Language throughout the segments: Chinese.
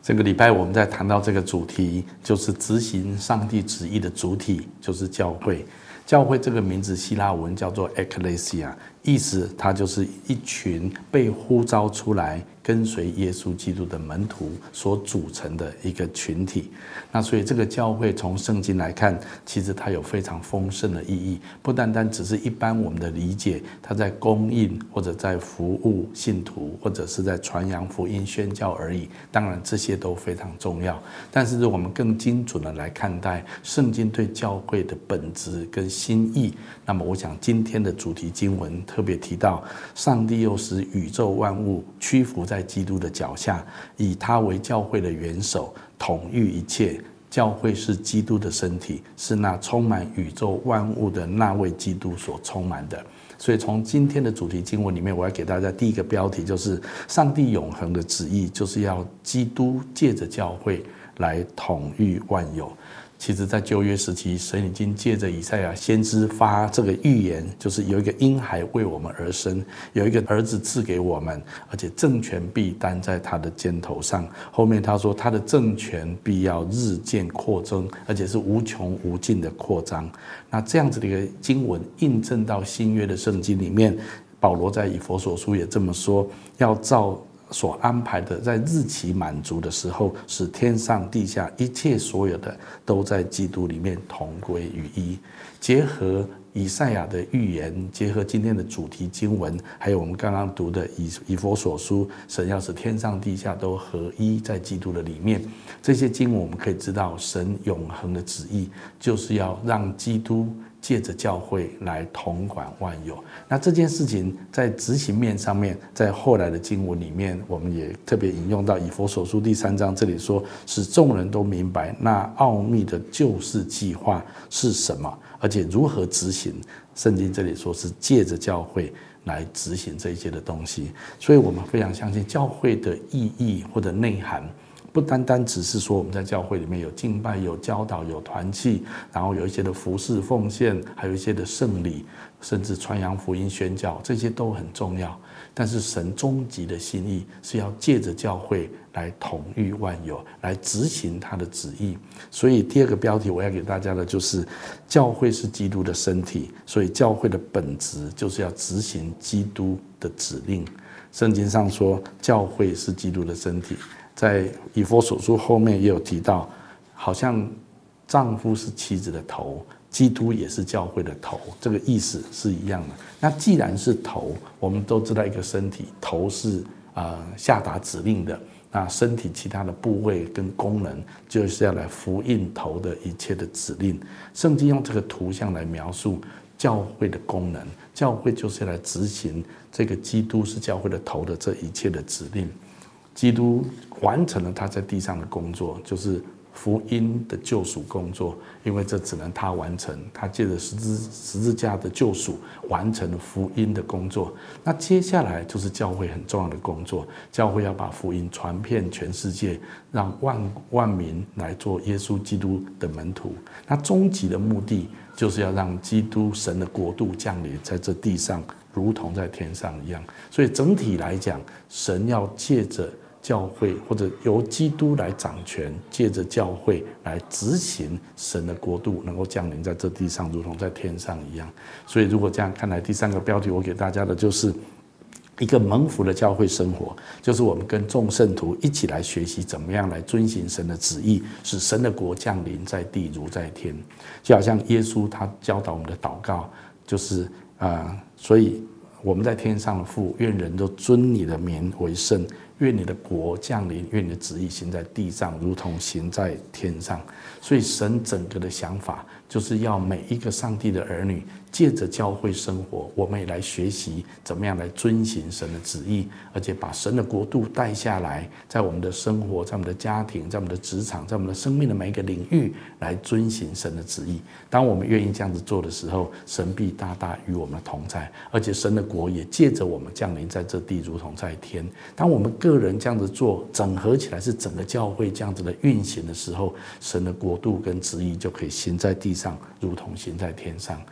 这个礼拜我们在谈到这个主题，就是执行上帝旨意的主体，就是教会。教会这个名字希腊文叫做 ekklesia， 意思它就是一群被呼召出来跟随耶稣基督的门徒所组成的一个群体。那所以这个教会从圣经来看，其实它有非常丰盛的意义，不单单只是一般我们的理解，它在供应或者在服务信徒，或者是在传扬福音宣教而已。当然这些都非常重要，但是如果我们更精准的来看待圣经对教会的本质跟心意，那么我想今天的主题经文特别提到，上帝又使宇宙万物屈服在基督的脚下，以他为教会的元首，统御一切。教会是基督的身体，是那充满宇宙万物的那位基督所充满的。所以从今天的主题经文里面，我要给大家第一个标题，就是上帝永恒的旨意，就是要基督借着教会来统御万有。其实在旧约时期，神已经借着以赛亚先知发这个预言，就是有一个婴孩为我们而生，有一个儿子赐给我们，而且政权必担在他的肩头上。后面他说他的政权必要日渐扩增，而且是无穷无尽的扩张。那这样子的一个经文印证到新约的圣经里面，保罗在以弗所书也这么说，要照所安排的，在日期满足的时候，使天上地下一切所有的都在基督里面同归于一。结合以赛亚的预言，结合今天的主题经文，还有我们刚刚读的以弗所书，神要使天上地下都合一在基督的里面。这些经文我们可以知道，神永恒的旨意就是要让基督借着教会来统管万有。那这件事情在执行面上面，在后来的经文里面，我们也特别引用到以弗所书第3章，这里说，使众人都明白那奥秘的救世计划是什么，而且如何执行。圣经这里说是借着教会来执行这一些的东西。所以我们非常相信教会的意义或者内涵，不单单只是说我们在教会里面有敬拜、有教导、有团契，然后有一些的服事奉献，还有一些的圣礼，甚至传扬福音宣教，这些都很重要。但是神终极的心意是要借着教会来统御万有，来执行他的旨意。所以第二个标题我要给大家的就是教会是基督的身体，所以教会的本质就是要执行基督的指令。圣经上说教会是基督的身体，在以弗所书后面也有提到，好像丈夫是妻子的头，基督也是教会的头，这个意思是一样的。那既然是头，我们都知道一个身体，头是下达指令的，那身体其他的部位跟功能就是要来呼应头的一切的指令。圣经用这个图像来描述教会的功能，教会就是来执行这个基督是教会的头的这一切的指令。基督完成了他在地上的工作，就是福音的救赎工作，因为这只能他完成，他借着十字架的救赎完成了福音的工作。那接下来就是教会很重要的工作，教会要把福音传遍全世界，让万民来做耶稣基督的门徒。那终极的目的就是要让基督神的国度降临在这地上，如同在天上一样。所以整体来讲，神要借着教会，或者由基督来掌权，借着教会来执行神的国度，能够降临在这地上，如同在天上一样。所以如果这样看来，第三个标题我给大家的就是一个蒙福的教会生活，就是我们跟众圣徒一起来学习怎么样来遵行神的旨意，使神的国降临在地如在天。就好像耶稣他教导我们的祷告，就是所以我们在天上的父，愿人都尊你的名为圣，愿你的国降临，愿你的旨意行在地上，如同行在天上。所以神整个的想法就是要每一个上帝的儿女借着教会生活，我们也来学习怎么样来遵行神的旨意，而且把神的国度带下来，在我们的生活，在我们的家庭，在我们的职场，在我们的生命的每一个领域来遵行神的旨意。当我们愿意这样子做的时候，神必大大与我们同在，而且神的国也借着我们降临在这地，如同在天。当我们个人这样子做，整合起来是整个教会这样子的运行的时候，神的国度跟旨意就可以行在地上，如同行在天上。其实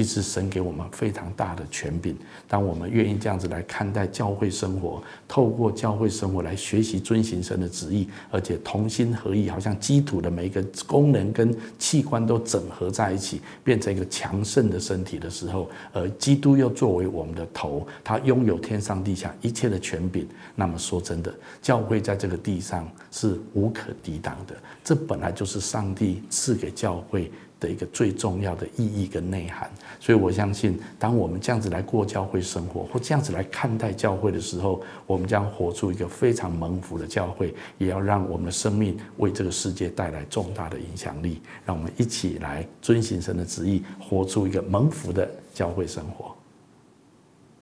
实神给我们非常大的权柄。当我们愿意这样子来看待教会生活，透过教会生活来学习遵行神的旨意，而且同心合意，好像基督的每一个功能跟器官都整合在一起，变成一个强盛的身体的时候，而基督又作为我们的头，他拥有天上地下一切的权柄。那么说真的，教会在这个地上是无可抵挡的，这本来就是上帝赐给教会的一个最重要的意义跟内涵。所以我相信，当我们这样子来过教会生活，或这样子来看待教会的时候，我们将活出一个非常蒙福的教会，也要让我们的生命为这个世界带来重大的影响力。让我们一起来遵行神的旨意，活出一个蒙福的教会生活。